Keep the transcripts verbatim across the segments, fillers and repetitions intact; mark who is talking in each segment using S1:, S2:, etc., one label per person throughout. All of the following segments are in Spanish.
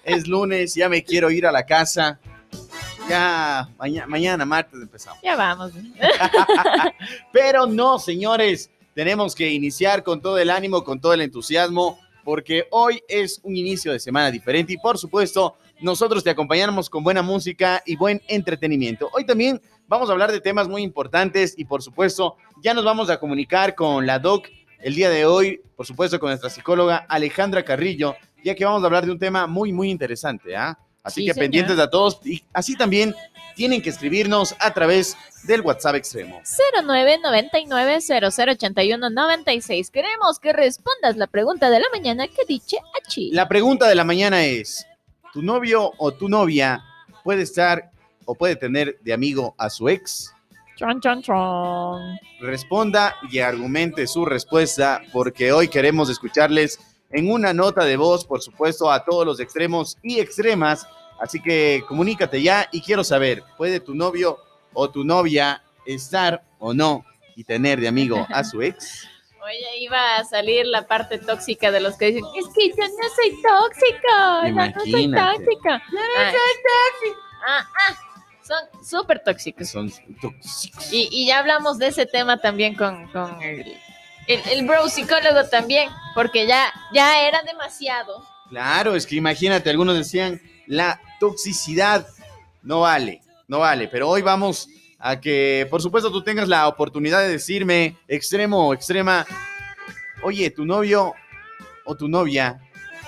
S1: es lunes, ya me quiero ir a la casa. Ya, mañana, mañana martes empezamos.
S2: Ya vamos.
S1: Pero no, señores, tenemos que iniciar con todo el ánimo, con todo el entusiasmo, porque hoy es un inicio de semana diferente y, por supuesto, nosotros te acompañamos con buena música y buen entretenimiento. Hoy también vamos a hablar de temas muy importantes y, por supuesto, ya nos vamos a comunicar con la doc el día de hoy, por supuesto, con nuestra psicóloga Alejandra Carrillo, ya que vamos a hablar de un tema muy, muy interesante, ¿ah? ¿eh? Así
S2: sí,
S1: que
S2: señor.
S1: pendientes a todos y así también tienen que escribirnos a través del WhatsApp extremo.
S2: cero nueve noventa y nueve, cero cero ochenta y uno, noventa y seis. Queremos que respondas la pregunta de la mañana que dice aquí.
S1: La pregunta de la mañana es, ¿tu novio o tu novia puede estar o puede tener de amigo a su ex?
S2: Chon, chon, chon.
S1: Responda y argumente su respuesta, porque hoy queremos escucharles en una nota de voz, por supuesto, a todos los extremos y extremas. Así que comunícate ya y quiero saber, ¿puede tu novio o tu novia estar o no y tener de amigo a su ex?
S2: Oye, iba a salir la parte tóxica de los que dicen, es que yo no soy tóxica, yo no soy
S1: Imagínate.
S2: tóxica. Yo no
S1: Ay.
S2: soy tóxica. Ah, ah, son súper tóxicos.
S1: Son tóxicos.
S2: Y, y ya hablamos de ese tema también con, con el, el, el bro psicólogo también, porque ya, ya era demasiado.
S1: Claro, es que imagínate, algunos decían, la toxicidad no vale, no vale, pero hoy vamos a que, por supuesto, tú tengas la oportunidad de decirme, extremo o extrema, oye, tu novio o tu novia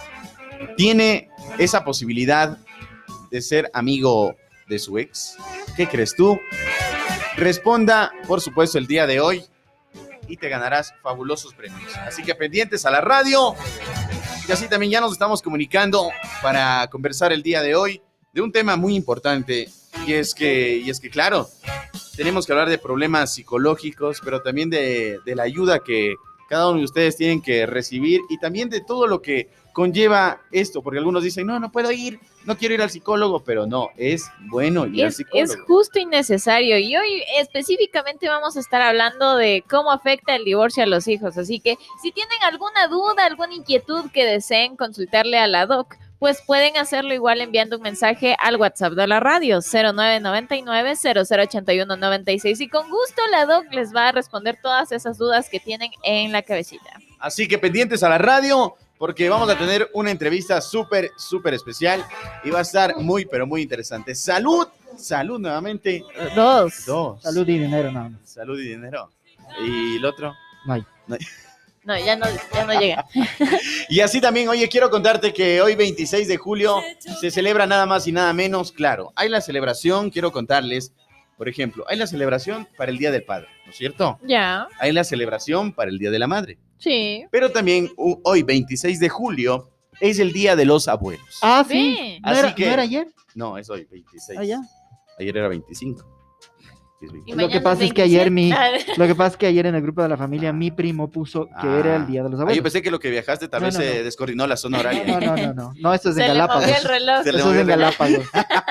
S1: tiene esa posibilidad de ser amigo de su ex. ¿Qué crees tú? Responda, por supuesto, el día de hoy y te ganarás fabulosos premios. Así que pendientes a la radio. Y así también ya nos estamos comunicando para conversar el día de hoy de un tema muy importante. Y es que, y es que claro, tenemos que hablar de problemas psicológicos, pero también de, de la ayuda que cada uno de ustedes tienen que recibir y también de todo lo que conlleva esto, porque algunos dicen, no, no puedo ir, no quiero ir al psicólogo, pero no, es bueno ir al
S2: Es,
S1: psicólogo.
S2: es justo y necesario. Y hoy específicamente vamos a estar hablando de cómo afecta el divorcio a los hijos. Así que si tienen alguna duda, alguna inquietud que deseen consultarle a la doc, pues pueden hacerlo igual enviando un mensaje al WhatsApp de la radio, cero nueve noventa y nueve, cero cero ochenta y uno, noventa y seis. Y con gusto la doc les va a responder todas esas dudas que tienen en la cabecita.
S1: Así que pendientes a la radio, porque vamos a tener una entrevista súper, súper especial y va a estar muy, pero muy interesante. Salud, salud nuevamente.
S2: Dos.
S1: Dos.
S3: Salud y dinero, nada más.
S1: Salud y dinero. ¿Y el otro?
S3: No hay.
S1: No hay.
S2: No, ya no, ya no llega.
S1: Y así también, oye, quiero contarte que hoy veintiséis de julio se celebra nada más y nada menos, claro, hay la celebración, quiero contarles, por ejemplo, hay la celebración para el Día del Padre, ¿no es cierto?
S2: Ya,
S1: Hay la celebración para el Día de la Madre,
S2: sí.
S1: pero también uh, hoy veintiséis de julio es el Día de los Abuelos.
S3: Ah,
S2: Ve.
S3: sí. ¿No,
S1: Así
S3: era,
S1: que-
S3: ¿No era ayer?
S1: No, es hoy veintiséis.
S3: Ah, ya.
S1: Ayer era veinticinco. Es
S2: Y
S1: veintiséis.
S3: Lo que
S2: mañana
S3: pasa es que ayer mi-
S2: veintisiete.
S3: Lo que pasa es que ayer en el grupo de la familia mi primo puso que
S1: Ah.
S3: era el Día de los
S1: Ah,
S3: Abuelos.
S1: yo pensé que lo que viajaste tal
S3: No,
S1: vez
S3: no,
S1: se
S3: no.
S1: descoordinó la zona horaria.
S3: No, no, no, no. No, esto es
S2: Se
S3: en
S2: le
S3: Galápagos.
S2: movió el reloj.
S1: Se le
S3: Eso
S1: movió
S3: es
S1: el
S3: en
S1: reloj.
S3: Galápagos.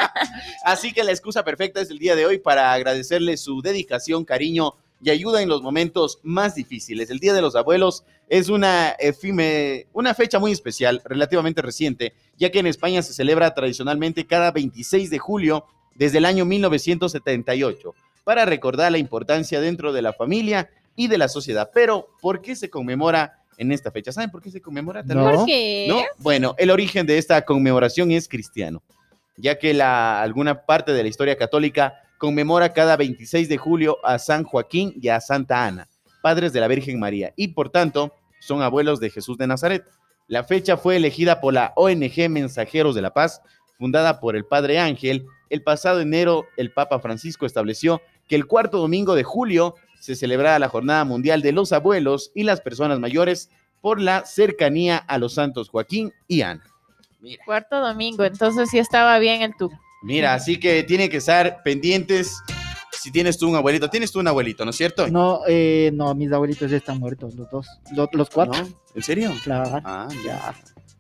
S1: Así que la excusa perfecta es el día de hoy para agradecerle su dedicación, cariño y ayuda en los momentos más difíciles. El Día de los Abuelos es una, efime- una fecha muy especial, relativamente reciente, ya que en España se celebra tradicionalmente cada veintiséis de julio desde el año mil novecientos setenta y ocho, para recordar la importancia dentro de la familia y de la sociedad. Pero, ¿por qué se conmemora en esta fecha? ¿Saben por qué se conmemora? tal
S3: No.
S1: vez?
S2: ¿Por qué?
S1: ¿No? Bueno, el origen de esta conmemoración es cristiano, ya que la, alguna parte de la historia católica conmemora cada veintiséis de julio a San Joaquín y a Santa Ana, padres de la Virgen María, y por tanto son abuelos de Jesús de Nazaret. La fecha fue elegida por la O N G Mensajeros de la Paz, fundada por el Padre Ángel. El pasado enero, el Papa Francisco estableció que el cuarto domingo de julio se celebrará la Jornada Mundial de los Abuelos y las Personas Mayores por la cercanía a los santos Joaquín y Ana. Mira,
S2: Cuarto domingo, entonces sí estaba bien el tu.
S1: mira, así que tienen que estar pendientes si tienes tú un abuelito. Tienes tú un abuelito, ¿no es cierto?
S3: No, eh, no, mis abuelitos ya están muertos, los dos. Los, los cuatro.
S1: ¿No? ¿En serio?
S3: Claro.
S1: Ah,
S3: Ya.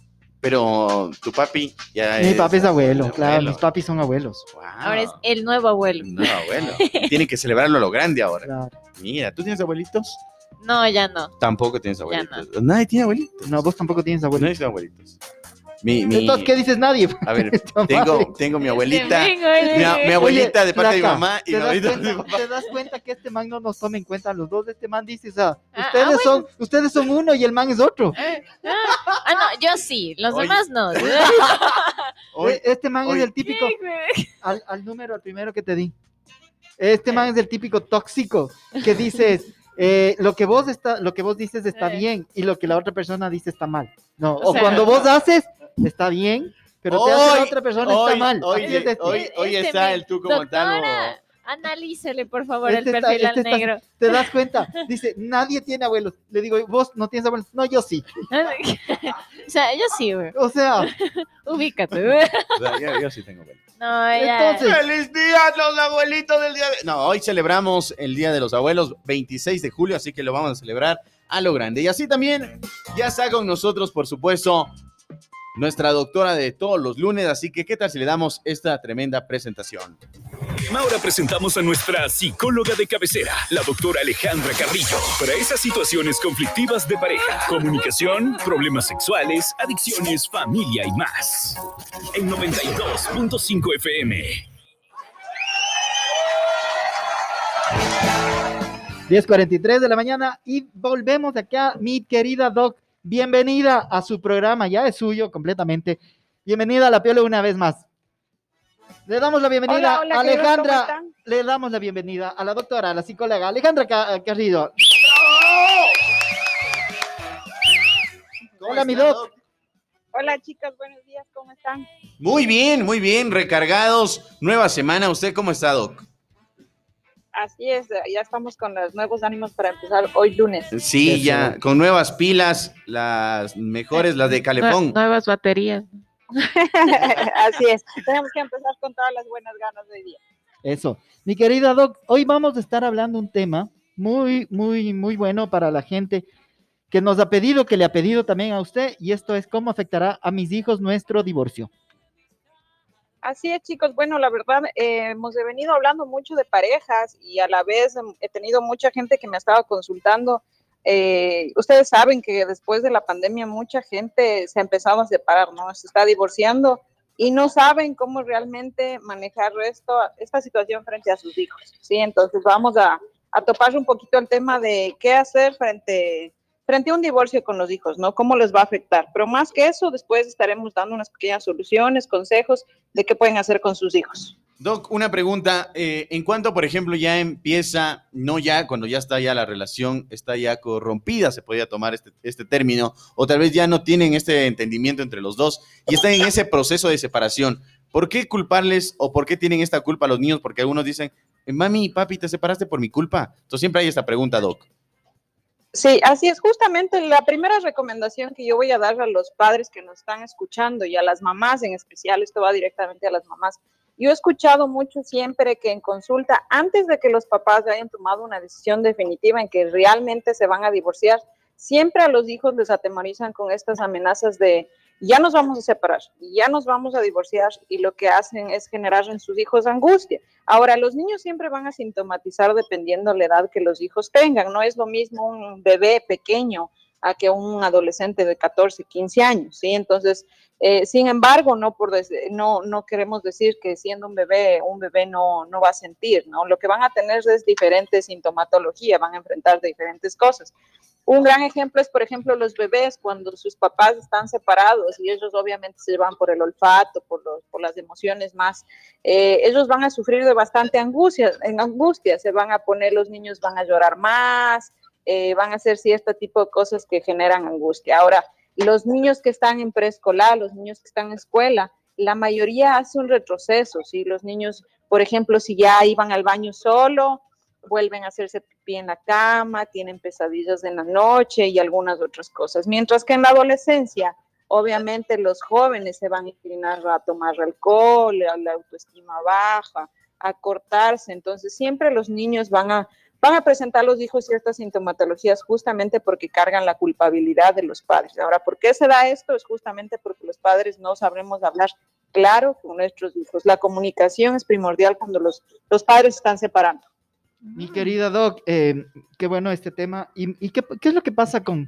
S1: Pero tu papi ya
S3: Mi papi es abuelo,
S1: es
S3: claro,
S1: abuelo.
S3: mis papis son abuelos.
S1: Wow.
S2: Ahora es el nuevo abuelo.
S1: No, abuelo. Tienen que celebrarlo a lo grande ahora.
S3: Claro.
S1: Mira, ¿tú tienes abuelitos?
S2: No, ya no.
S1: Tampoco tienes abuelitos. Nadie tiene abuelitos.
S3: No, vos tampoco tienes
S1: No
S3: abuelitos.
S1: tienes abuelitos. Mi, mi...
S3: Entonces, ¿qué dices nadie?
S1: A ver, tengo, tengo mi abuelita,
S2: Este men,
S1: mi, mi abuelita
S3: Oye,
S1: de parte de mi
S3: flaca,
S1: mamá y
S3: ¿te
S1: mi
S3: das,
S1: abuelita de mi
S3: cuenta,
S1: papá.
S3: te das cuenta que este man no nos toma en cuenta los dos? Este man dice, o sea,
S2: Ah,
S3: ustedes,
S2: ah,
S3: son, ustedes son uno y el man es otro.
S2: Eh, ah, ah, no, yo sí, los
S1: Oye.
S2: demás no.
S1: Hoy,
S3: E- Este man
S1: oye.
S3: es el típico, al, al número, al primero que te di. Este man es el típico tóxico que dices, eh, lo que vos está, lo que vos dices está
S2: Eh.
S3: bien y lo que la otra persona dice está mal. No,
S2: O
S3: o,
S2: sea,
S3: cuando vos haces, está bien, pero te hace la otra persona
S1: hoy,
S3: está mal.
S1: Hoy,
S3: Así es este.
S1: hoy, hoy
S2: Este
S1: está
S2: men,
S1: el tú como tal.
S2: doctora, analícele, por favor,
S3: Este
S2: el
S3: está-
S2: perfil
S3: este
S2: al
S3: está-
S2: negro.
S3: Te das cuenta, dice, nadie tiene abuelos. Le digo, vos no tienes abuelos. No, yo sí.
S2: O sea, yo sí, güey.
S3: O sea,
S2: Ubícate, güey.
S1: O sea, yo, yo sí tengo abuelos.
S2: No, ya.
S3: Entonces-
S1: ¡Feliz día a los abuelitos del día de... No, hoy celebramos el Día de los Abuelos, veintiséis de julio, así que lo vamos a celebrar a lo grande. Y así también ya está con nosotros, por supuesto, nuestra doctora de todos los lunes, así que ¿qué tal si le damos esta tremenda presentación?
S4: Ahora presentamos a nuestra psicóloga de cabecera, la doctora Alejandra Carrillo, para esas situaciones conflictivas de pareja, comunicación, problemas sexuales, adicciones, familia y más. En noventa y dos punto cinco F M.
S3: diez cuarenta y tres de la mañana y volvemos acá, mi querida Doc. Bienvenida a su programa, ya es suyo completamente. Bienvenida a La Piola una vez más. Le damos la bienvenida
S5: Hola, hola,
S3: a
S5: queridos, ¿cómo
S3: Alejandra.
S5: están?
S3: Le damos la bienvenida a la doctora, a la psicóloga Alejandra Ca- Carrillo.
S1: ¿Cómo
S3: Hola, mi
S1: está,
S3: doc.
S5: Hola chicas, buenos días, ¿cómo están?
S1: Muy bien, muy bien, recargados. Nueva semana, ¿usted cómo está, Doc?
S5: Así es, ya estamos con los nuevos ánimos para empezar hoy lunes.
S1: Sí,
S3: Eso.
S1: ya, con nuevas pilas, las mejores, las de Calefón.
S2: Nuevas baterías.
S5: Así es, tenemos que empezar con todas las buenas ganas de hoy día.
S3: Eso. Mi querida Doc, hoy vamos a estar hablando un tema muy, muy, muy bueno para la gente que nos ha pedido, que le ha pedido también a usted, y esto es cómo afectará a mis hijos nuestro divorcio.
S5: Así es chicos, bueno, la verdad eh, hemos venido hablando mucho de parejas y a la vez eh, he tenido mucha gente que me ha estado consultando. Eh, ustedes saben que después de la pandemia mucha gente se ha empezado a separar, ¿no? Se está divorciando y no saben cómo realmente manejar esto, esta situación frente a sus hijos, ¿sí? Entonces vamos a, a topar un poquito el tema de qué hacer frente, frente a un divorcio con los hijos, ¿no? Cómo les va a afectar. Pero más que eso, después estaremos dando unas pequeñas soluciones, consejos de qué pueden hacer con sus hijos.
S1: Doc, una pregunta. Eh, en cuanto, por ejemplo, ya empieza, no ya, cuando ya está ya la relación, está ya corrompida, se podría tomar este, este término, o tal vez ya no tienen este entendimiento entre los dos y están en ese proceso de separación. ¿Por qué culparles o por qué tienen esta culpa a los niños? Porque algunos dicen, mami, papi, te separaste por mi culpa. Entonces siempre hay esta pregunta, Doc.
S5: Sí, así es. Justamente la primera recomendación que yo voy a dar a los padres que nos están escuchando y a las mamás en especial, esto va directamente a las mamás. Yo he escuchado mucho siempre que en consulta, antes de que los papás hayan tomado una decisión definitiva en que realmente se van a divorciar, siempre a los hijos les atemorizan con estas amenazas de ya nos vamos a separar, ya nos vamos a divorciar, y lo que hacen es generar en sus hijos angustia. Ahora, los niños siempre van a sintomatizar dependiendo la edad que los hijos tengan. No es lo mismo un bebé pequeño a que un adolescente de catorce, quince años, ¿sí? Entonces, eh, sin embargo, no, por no, no queremos decir que siendo un bebé, un bebé no, no va a sentir, ¿no? Lo que van a tener es diferente sintomatología, van a enfrentar diferentes cosas. Un gran ejemplo es, por ejemplo, los bebés cuando sus papás están separados y ellos obviamente se llevan por el olfato, por, los, por las emociones más, eh, ellos van a sufrir de bastante angustia, en angustia, se van a poner, los niños van a llorar más, eh, van a hacer cierto tipo de cosas que generan angustia. Ahora, los niños que están en preescolar, los niños que están en escuela, la mayoría hace un retroceso, ¿sí? Los niños, por ejemplo, si ya iban al baño solo, vuelven a hacerse pipí en la cama, tienen pesadillas en la noche y algunas otras cosas. Mientras que en la adolescencia, obviamente los jóvenes se van a inclinar a tomar alcohol, a la autoestima baja, a cortarse. Entonces siempre los niños van a, van a presentar a los hijos ciertas sintomatologías justamente porque cargan la culpabilidad de los padres. Ahora, ¿por qué se da esto? Es justamente porque los padres no sabremos hablar claro con nuestros hijos. La comunicación es primordial cuando los, los padres están separando.
S3: Mi querida Doc, eh, qué bueno este tema. ¿Y, y qué, qué es lo que pasa con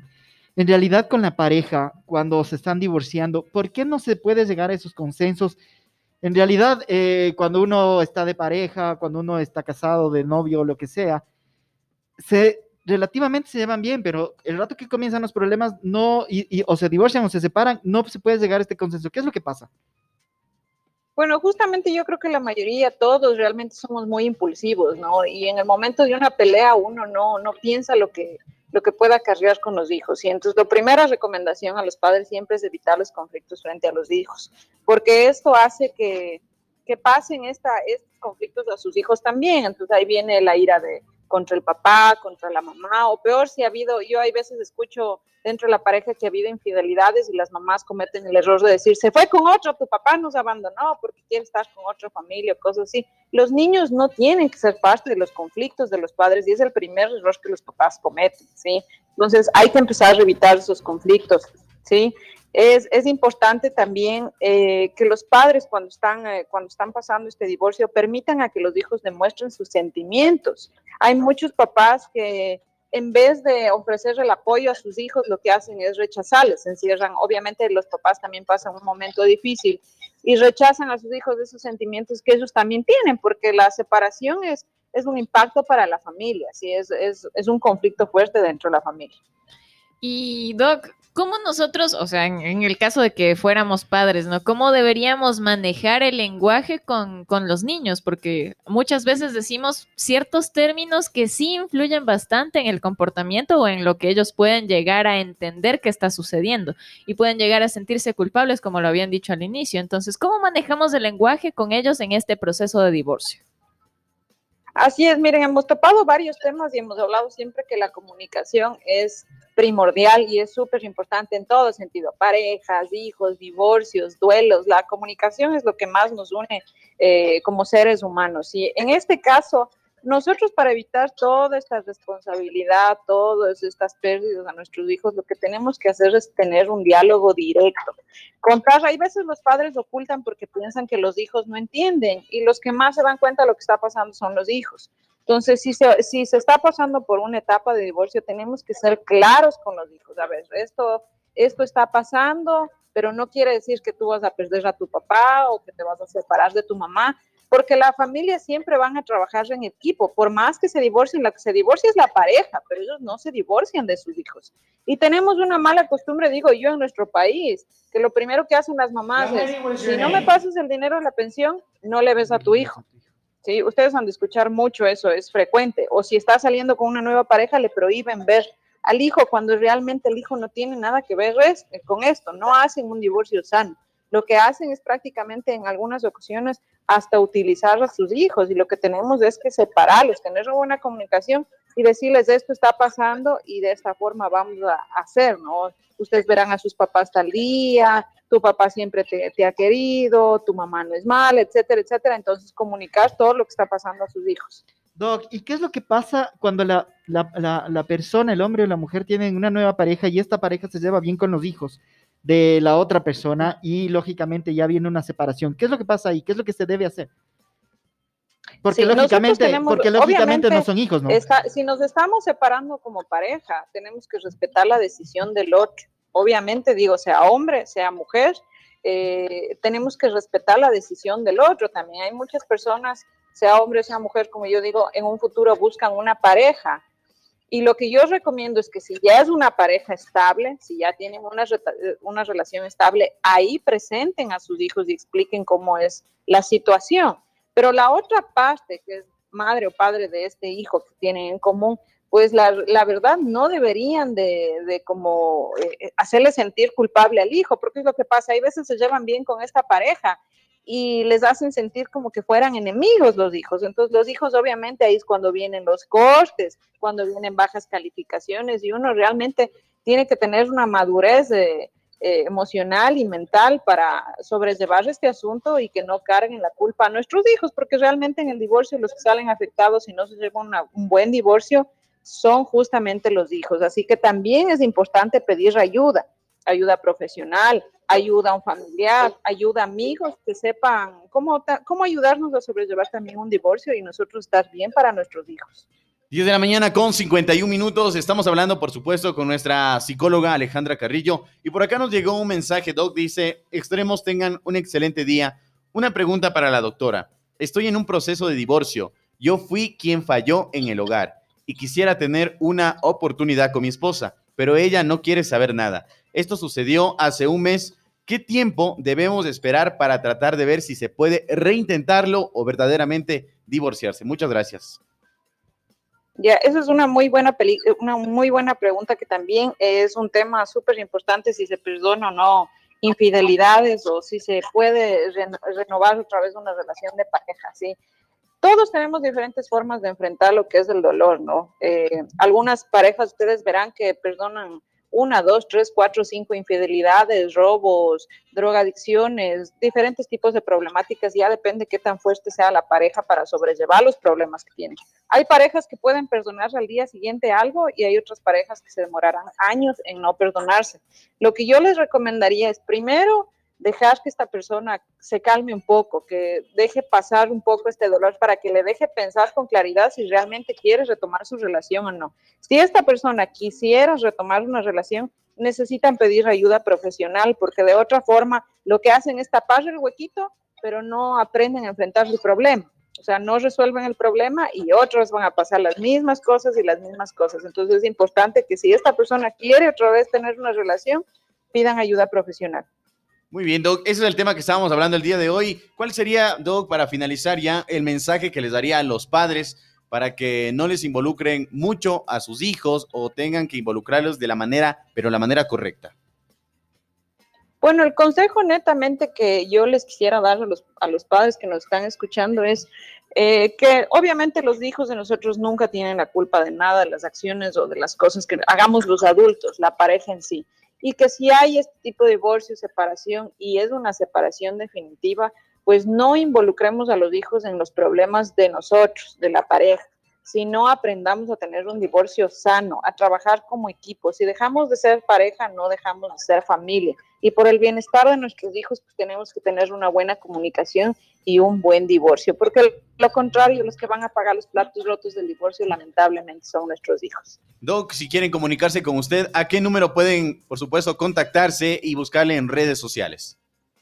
S3: en realidad con la pareja, cuando se están divorciando, ¿por qué no se puede llegar a esos consensos? En realidad, eh, cuando uno está de pareja, cuando uno está casado, de novio, lo que sea, se relativamente se llevan bien, pero el rato que comienzan los problemas, no, y, y o se divorcian o se separan, no se puede llegar a este consenso. ¿Qué es lo que pasa?
S5: Bueno, justamente yo creo que la mayoría, todos realmente somos muy impulsivos, ¿no? Y en el momento de una pelea uno no, no piensa lo que, lo que pueda acarrear con los hijos. Y entonces la primera recomendación a los padres siempre es evitar los conflictos frente a los hijos, porque esto hace que, que pasen esta, estos conflictos a sus hijos también. Entonces ahí viene la ira de contra el papá, contra la mamá, o peor si ha habido, yo hay veces escucho dentro de la pareja que ha habido infidelidades y las mamás cometen el error de decir, se fue con otro, tu papá nos abandonó porque quiere estar con otra familia, cosas así. Los niños no tienen que ser parte de los conflictos de los padres y es el primer error que los papás cometen, ¿sí? Entonces hay que empezar a evitar esos conflictos, ¿sí? Es, es importante también eh, que los padres cuando están, eh, cuando están pasando este divorcio permitan a que los hijos demuestren sus sentimientos. Hay muchos papás que en vez de ofrecer el apoyo a sus hijos, lo que hacen es rechazarles, se encierran. Obviamente los papás también pasan un momento difícil y rechazan a sus hijos de esos sentimientos que ellos también tienen, porque la separación es, es un impacto para la familia, ¿sí? es, es, es un conflicto fuerte dentro de la familia.
S2: Y Doc, ¿cómo nosotros, o sea, en, en el caso de que fuéramos padres, ¿no? ¿Cómo deberíamos manejar el lenguaje con, con los niños? Porque muchas veces decimos ciertos términos que sí influyen bastante en el comportamiento o en lo que ellos pueden llegar a entender que está sucediendo y pueden llegar a sentirse culpables, como lo habían dicho al inicio. Entonces, ¿cómo manejamos el lenguaje con ellos en este proceso de divorcio?
S5: Así es, miren, hemos topado varios temas y hemos hablado siempre que la comunicación es primordial y es súper importante en todo sentido, parejas, hijos, divorcios, duelos, la comunicación es lo que más nos une eh, como seres humanos. Y en este caso, nosotros para evitar toda esta responsabilidad, todas estas pérdidas a nuestros hijos, lo que tenemos que hacer es tener un diálogo directo. Contar, hay veces los padres ocultan porque piensan que los hijos no entienden y los que más se dan cuenta de lo que está pasando son los hijos. Entonces, si se, si se está pasando por una etapa de divorcio, tenemos que ser claros con los hijos. A ver, esto, esto está pasando, pero no quiere decir que tú vas a perder a tu papá o que te vas a separar de tu mamá, porque la familia siempre van a trabajar en equipo, por más que se divorcien, la que se divorcia es la pareja, pero ellos no se divorcian de sus hijos. Y tenemos una mala costumbre, digo yo, en nuestro país, que lo primero que hacen las mamás es, si no me pasas el dinero de la pensión, no le ves a tu hijo. ¿Sí? Ustedes han de escuchar mucho eso, es frecuente. O si está saliendo con una nueva pareja, le prohíben ver al hijo cuando realmente el hijo no tiene nada que ver con esto, no hacen un divorcio sano. Lo que hacen es prácticamente en algunas ocasiones hasta utilizar a sus hijos y lo que tenemos es que separarlos, tener una buena comunicación y decirles esto está pasando y de esta forma vamos a hacer, ¿no? Ustedes verán a sus papás tal día, tu papá siempre te, te ha querido, tu mamá no es mala, etcétera, etcétera. Entonces comunicar todo lo que está pasando a sus hijos.
S3: Doc, ¿y qué es lo que pasa cuando la, la, la, la persona, el hombre o la mujer tienen una nueva pareja y esta pareja se lleva bien con los hijos de la otra persona y lógicamente ya viene una separación? ¿Qué es lo que pasa ahí? ¿Qué es lo que se debe hacer? Porque, sí, lógicamente, tenemos, porque lógicamente no son hijos, ¿no?
S5: Está, si nos estamos separando como pareja, tenemos que respetar la decisión del otro. Obviamente, digo, sea hombre, sea mujer, eh, tenemos que respetar la decisión del otro. También hay muchas personas, sea hombre, sea mujer, como yo digo, en un futuro buscan una pareja. Y lo que yo recomiendo es que si ya es una pareja estable, si ya tienen una, una relación estable, ahí presenten a sus hijos y expliquen cómo es la situación. Pero la otra parte, que es madre o padre de este hijo que tienen en común, pues la, la verdad no deberían de, de como eh, hacerle sentir culpable al hijo, porque es lo que pasa, hay veces se llevan bien con esta pareja y les hacen sentir como que fueran enemigos los hijos. Entonces los hijos obviamente ahí es cuando vienen los cortes, cuando vienen bajas calificaciones y uno realmente tiene que tener una madurez de, eh, emocional y mental para sobrellevar este asunto y que no carguen la culpa a nuestros hijos, porque realmente en el divorcio los que salen afectados si no se lleva una, un buen divorcio son justamente los hijos. Así que también es importante pedir ayuda, ayuda profesional, ayuda a un familiar, ayuda a amigos que sepan cómo, cómo ayudarnos a sobrellevar también un divorcio y nosotros estar bien para nuestros hijos.
S1: diez de la mañana con cincuenta y un minutos. Estamos hablando, por supuesto, con nuestra psicóloga Alejandra Carrillo. Y por acá nos llegó un mensaje, Doc. Dice, extremos, tengan un excelente día. Una pregunta para la doctora. Estoy en un proceso de divorcio. Yo fui quien falló en el hogar y quisiera tener una oportunidad con mi esposa, pero ella no quiere saber nada. Esto sucedió hace un mes. ¿Qué tiempo debemos esperar para tratar de ver si se puede reintentarlo o verdaderamente divorciarse? Muchas gracias.
S5: Ya, esa es una muy buena peli una muy buena pregunta, que también es un tema súper importante, si se perdona o no infidelidades o si se puede re renovar otra vez una relación de pareja, ¿sí? Todos tenemos diferentes formas de enfrentar lo que es el dolor, ¿no? Eh, algunas parejas, ustedes verán que perdonan una, dos, tres, cuatro, cinco infidelidades, robos, drogadicciones, diferentes tipos de problemáticas. Ya depende qué tan fuerte sea la pareja para sobrellevar los problemas que tienen. Hay parejas que pueden perdonarse al día siguiente algo y hay otras parejas que se demorarán años en no perdonarse. Lo que yo les recomendaría es, primero, dejar que esta persona se calme un poco, que deje pasar un poco este dolor para que le deje pensar con claridad si realmente quiere retomar su relación o no. Si esta persona quisiera retomar una relación, necesitan pedir ayuda profesional, porque de otra forma lo que hacen es tapar el huequito, pero no aprenden a enfrentar el problema. O sea, no resuelven el problema y otros van a pasar las mismas cosas y las mismas cosas. Entonces es importante que si esta persona quiere otra vez tener una relación, pidan ayuda profesional.
S1: Muy bien, Doc, ese es el tema que estábamos hablando el día de hoy. ¿Cuál sería, Doc, para finalizar ya, el mensaje que les daría a los padres para que no les involucren mucho a sus hijos o tengan que involucrarlos de la manera, pero la manera correcta?
S5: Bueno, el consejo netamente que yo les quisiera dar a los, a los padres que nos están escuchando es eh, que obviamente los hijos de nosotros nunca tienen la culpa de nada, de las acciones o de las cosas que hagamos los adultos, la pareja en sí. Y que si hay este tipo de divorcio, separación, y es una separación definitiva, pues no involucremos a los hijos en los problemas de nosotros, de la pareja, sino aprendamos a tener un divorcio sano, a trabajar como equipo. Si dejamos de ser pareja, no dejamos de ser familia. Y por el bienestar de nuestros hijos, pues tenemos que tener una buena comunicación y un buen divorcio, porque lo contrario, los que van a pagar los platos rotos del divorcio, lamentablemente, son nuestros hijos.
S1: Doc, si quieren comunicarse con usted, ¿a qué número pueden, por supuesto, contactarse y buscarle en redes sociales?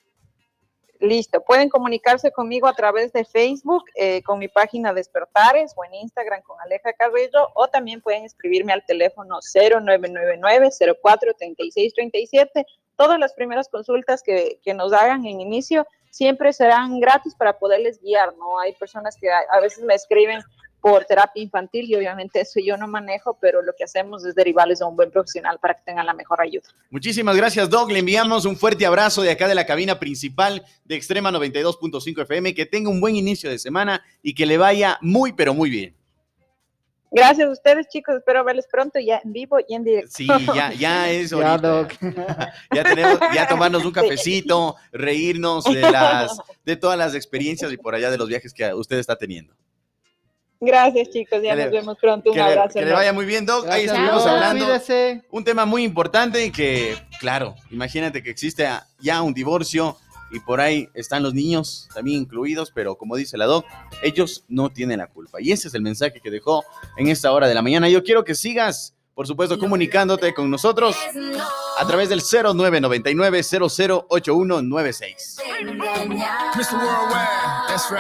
S5: Listo, pueden comunicarse conmigo a través de Facebook, eh, con mi página Despertares, o en Instagram con Aleja Carrillo, o también pueden escribirme al teléfono cero nueve nueve nueve, cero cuatro, tres seis tres siete. Todas las primeras consultas que, que nos hagan en inicio siempre serán gratis para poderles guiar, ¿no? Hay personas que a, a veces me escriben por terapia infantil y obviamente eso yo no manejo, pero lo que hacemos es derivarles a un buen profesional para que tengan la mejor ayuda.
S1: Muchísimas gracias, Doc. Le enviamos un fuerte abrazo de acá de la cabina principal de Extrema noventa y dos punto cinco F M. Que tenga un buen inicio de semana y que le vaya muy, pero muy bien.
S5: Gracias a ustedes, chicos. Espero verles pronto ya en vivo y en directo.
S1: Sí, ya, ya es ahorita.
S3: Ya, Doc.
S1: Ya tenemos, ya tomarnos un cafecito, reírnos de las, de todas las experiencias y por allá de los viajes que usted está teniendo.
S5: Gracias, chicos. Ya
S1: que
S5: nos
S1: le,
S5: vemos pronto. Un
S1: que
S5: abrazo.
S1: Le, que le vaya muy bien, Doc.
S3: Gracias.
S1: Ahí estuvimos
S3: Chao,
S1: hablando.
S3: Cuídese.
S1: Un tema muy importante y que, claro, imagínate que existe ya un divorcio y por ahí están los niños también incluidos, pero como dice la Doc, ellos no tienen la culpa. Y ese es el mensaje que dejó en esta hora de la mañana. Yo quiero que sigas, por supuesto, comunicándote con nosotros a través del cero nueve nueve nueve, cero cero ocho uno nueve seis.